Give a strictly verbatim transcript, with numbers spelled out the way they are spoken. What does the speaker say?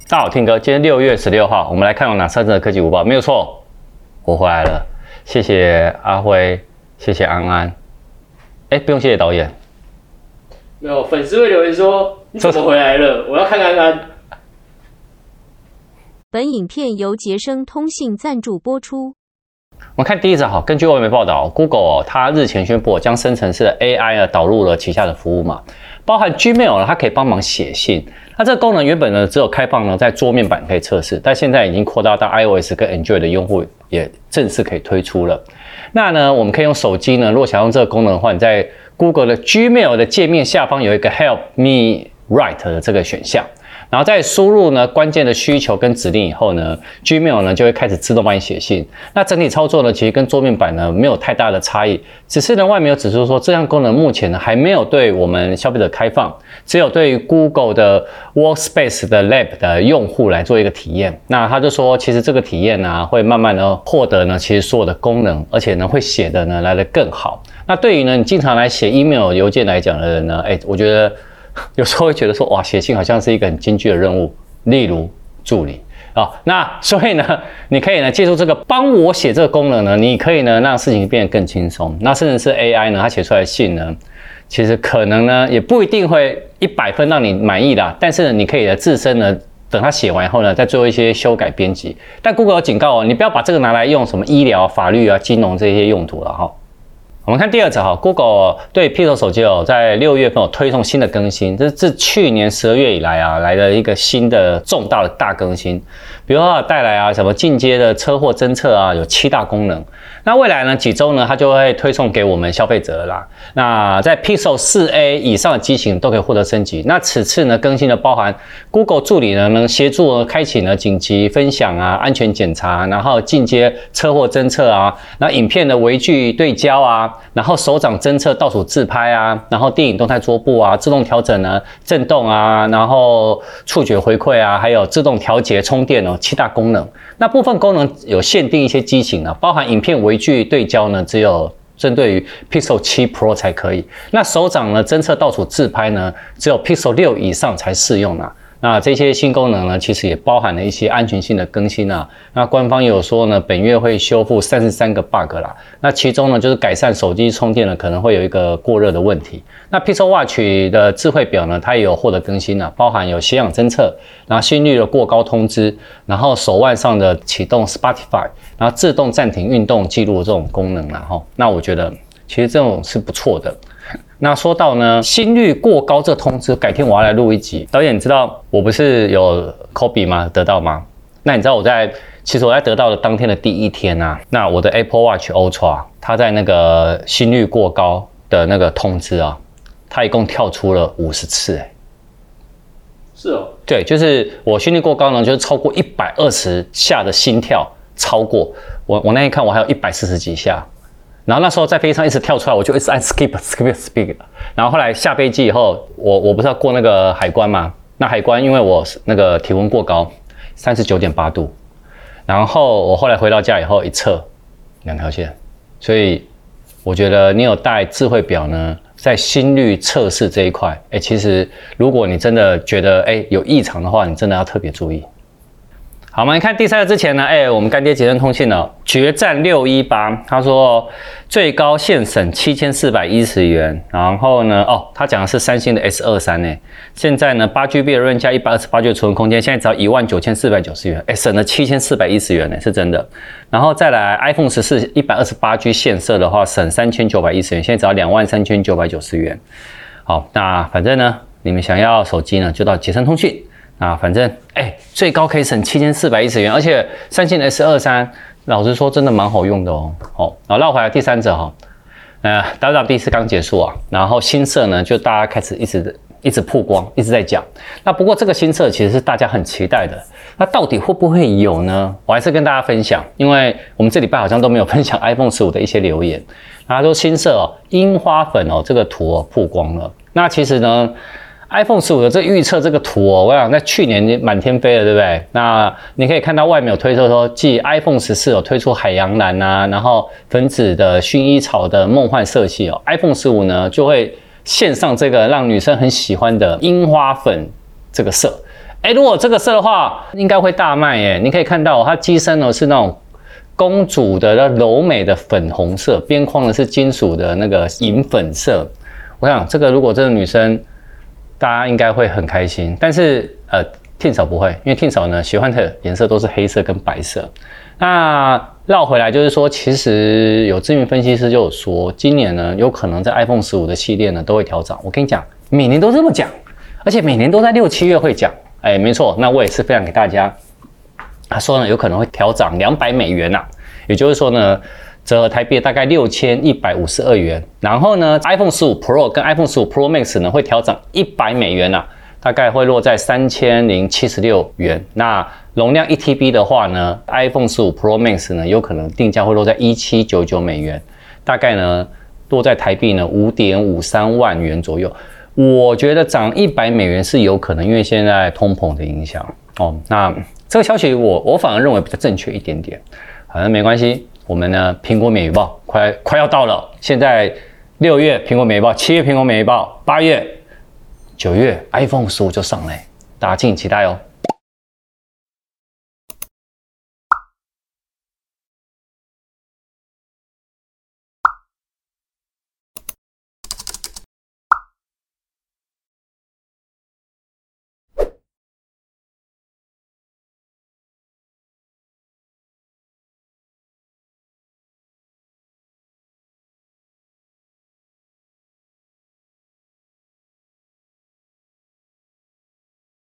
大家好，听哥，今天六月十六号，我们来看有哪三则科技午报。没有错，我回来了，谢谢阿辉，谢谢安安。哎，不用谢谢导演。 没有粉丝会留言说你怎么回来了？我要看安安。 本影片由杰生通信赞助播出。 我们看第一则好，根据外媒报道 ，Google 哦，它日前宣布将生成式的 A I 呢导入了旗下的服务嘛，包含 Gmail 呢，它可以帮忙写信。那这个功能原本呢只有开放呢在桌面版可以测试，但现在已经扩大到 iOS 跟 Android 的用户也正式可以推出了。那呢，我们可以用手机呢，如果想用这个功能的话，你在 Google 的 Gmail 的界面下方有一个 Help Me Write 的这个选项。然后在输入呢关键的需求跟指令以后呢 ，Gmail 呢就会开始自动帮你写信。那整体操作呢，其实跟桌面版呢没有太大的差异，只是呢外媒有指出说，这项功能目前呢还没有对我们消费者开放，只有对于 Google 的 Workspace 的 Lab 的用户来做一个体验。那他就说，其实这个体验呢会慢慢的获得呢其实所有的功能，而且呢会写的呢来得更好。那对于呢你经常来写 email 邮件来讲的人呢，哎，我觉得。有时候会觉得说，哇，写信好像是一个很艰巨的任务，例如助理啊、哦，那所以呢，你可以呢借助这个帮我写这个功能呢，你可以呢让事情变得更轻松。那甚至是 A I 呢，它写出来的信呢，其实可能呢也不一定会一百分让你满意啦，但是呢，你可以呢自身呢等它写完以后呢，再做一些修改编辑。但 Google 有警告哦，你不要把这个拿来用什么医疗、法律啊、金融这些用途了哈。我们看第二则哈 ，Google 对 Pixel 手机哦，在六月份有推送新的更新，这是自去年十二月以来啊，来了一个新的重大的大更新。比如说带来啊什么进阶的车祸侦测啊，有七大功能。那未来呢几周呢，它就会推送给我们消费者了啦。那在 Pixel 四 A 以上的机型都可以获得升级。那此次呢更新的包含 Google 助理呢能协助开启呢紧急分享啊、安全检查，然后进阶车祸侦测啊，那影片的微距对焦啊。然后手掌侦测倒数自拍啊，然后电影动态桌布啊，自动调整呢震动啊，然后触觉回馈啊，还有自动调节充电哦，七大功能。那部分功能有限定一些机型啊，包含影片微距对焦呢，只有针对于 Pixel 七 Pro 才可以。那手掌呢侦测倒数自拍呢，只有 Pixel 六以上才适用啊。那这些新功能呢，其实也包含了一些安全性的更新啊。那官方也有说呢，本月会修复三十三个 bug 啦。那其中呢，就是改善手机充电呢可能会有一个过热的问题。那 Pixel Watch 的智慧表呢，它也有获得更新啊，包含有血氧侦测，然后心率的过高通知，然后手腕上的启动 Spotify， 然后自动暂停运动记录这种功能啦齁。那我觉得其实这种是不错的。那说到呢，心率过高这通知，改天我要来录一集。导演，你知道我不是有 Kobe 吗？得到吗？那你知道我在，其实我在得到的当天的第一天啊，那我的 Apple Watch Ultra， 它在那个心率过高的那个通知啊，它一共跳出了五十次、欸，哎， 是哦， 对，就是我心率过高呢，就是超过一百二十下的心跳，超过我我那一看我还有一百四十几下。然后那时候在飞机上一直跳出来，我就一直按 skip skip skip。然后后来下飞机以后，我我不是要过那个海关嘛？那海关因为我那个体温过高，三十九点八度。然后我后来回到家以后一测，两条线。所以我觉得你有带智慧表呢，在心率测试这一块，哎，其实如果你真的觉得哎有异常的话，你真的要特别注意。好，我们看第三个之前呢，哎、欸，我们干爹捷成通信呢，决战六一八，他说最高现省七千四百一十元，然后呢，哦，他讲的是三星的 S 二十三 呢，现在呢八 G B 的润加一百二十八 G 的储存空间，现在只要一万九千四百九十元，哎、欸，省了七千四百一十元呢，是真的。然后再来 iPhone 十四 一百二十八 G 现色的话，省三千九百一十元，现在只要两万三千九百九十元。好，那反正呢，你们想要手机呢，就到捷成通讯。啊，反正哎、欸，最高可以省七千四百一十元，而且三星的 S 二十三，老实说真的蛮好用的哦。好，然后绕回来第三者哈，呃 ，W W D C 刚结束啊，然后新色呢就大家开始一直一直曝光，一直在讲。那不过这个新色其实是大家很期待的，那到底会不会有呢？我还是跟大家分享，因为我们这礼拜好像都没有分享 iPhone 十五的一些留言。他说新色哦，樱花粉哦，这个图哦曝光了。那其实呢？iPhone 十五的这预测这个图哦，我想在去年满天飞了，对不对？那你可以看到外面有推测说，继 iPhone 十四有推出海洋蓝啊，然后粉紫的薰衣草的梦幻色系哦 ，iPhone 十五呢就会献上这个让女生很喜欢的樱花粉这个色。 哎，如果这个色的话，应该会大卖耶。你可以看到它机身呢是那种公主的柔美的粉红色，边框呢是金属的那个银粉色。我想这个如果这个女生，大家应该会很开心。但是呃 ，Tin 嫂不会，因为 Tin 嫂呢喜欢的颜色都是黑色跟白色。那绕回来就是说，其实有知名分析师就有说，今年呢有可能在 iPhone 十五的系列呢都会调涨。我跟你讲，每年都这么讲，而且每年都在六七月会讲。哎，没错，那我也是分享给大家。他说呢，有可能会调涨两百美元呐、啊，也就是说呢，折合台币大概六千一百五十二元。然后呢 ，iPhone 十五 Pro 跟 iPhone 十五 Pro Max 呢会调涨一百美元呐、啊，大概会落在三千零七十六元。那容量一 T B 的话呢 ，iPhone 十五 Pro Max 呢有可能定价会落在一千七百九十九美元，大概呢落在台币呢五点五三万元左右。我觉得涨一百美元是有可能，因为现在通膨的影响哦。那这个消息我我反而认为比较正确一点点，反正没关系。我们呢，苹果每日报快快要到了，现在六月苹果每日报，七月苹果每日报，八月、九月 iPhone 十五就上来，大家敬请期待哦。